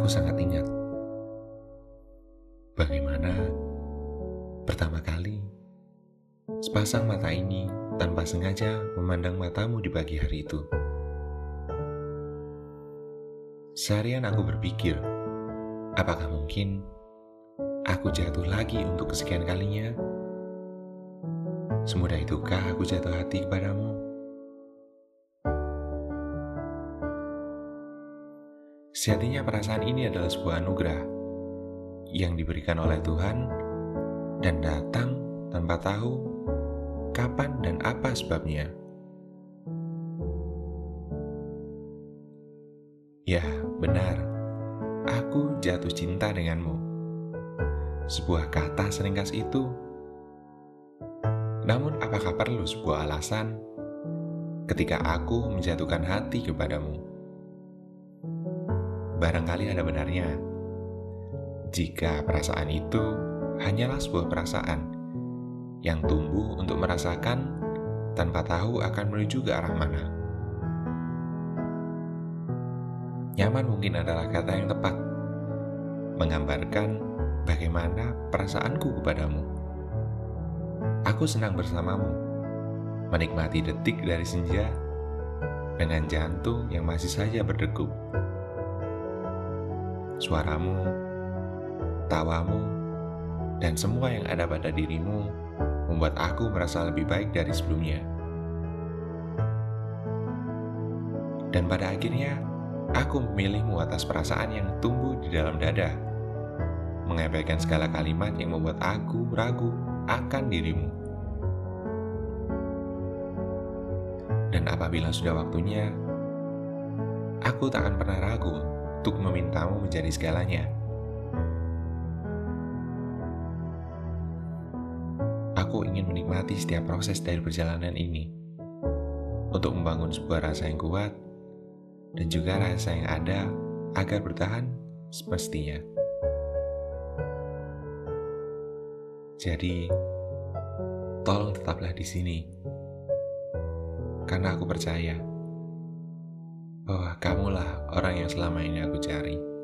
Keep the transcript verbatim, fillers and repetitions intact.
Aku sangat ingat bagaimana pertama kali sepasang mata ini tanpa sengaja memandang matamu di pagi hari itu. Seharian aku berpikir, apakah mungkin aku jatuh lagi untuk kesekian kalinya? Semudah itukah aku jatuh hati kepadamu? Sejatinya perasaan ini adalah sebuah anugerah yang diberikan oleh Tuhan dan datang tanpa tahu kapan dan apa sebabnya. Ya, benar, aku jatuh cinta denganmu. Sebuah kata seringkas itu. Namun apakah perlu sebuah alasan ketika aku menjatuhkan hati kepadamu? Barangkali ada benarnya jika perasaan itu hanyalah sebuah perasaan yang tumbuh untuk merasakan tanpa tahu akan menuju ke arah mana. Nyaman mungkin adalah kata yang tepat, menggambarkan bagaimana perasaanku kepadamu. Aku senang bersamamu, menikmati detik dari senja dengan jantung yang masih saja berdegup. Suaramu, tawamu, dan semua yang ada pada dirimu membuat aku merasa lebih baik dari sebelumnya. Dan pada akhirnya, aku memilihmu atas perasaan yang tumbuh di dalam dada, mengabaikan segala kalimat yang membuat aku ragu akan dirimu. Dan apabila sudah waktunya, aku tak akan pernah ragu untuk memintamu menjadi segalanya. Aku ingin menikmati setiap proses dari perjalanan ini untuk membangun sebuah rasa yang kuat dan juga rasa yang ada agar bertahan semestinya. Jadi, tolong tetaplah di sini, karena aku percaya bahwa kamulah orang yang selama ini aku cari.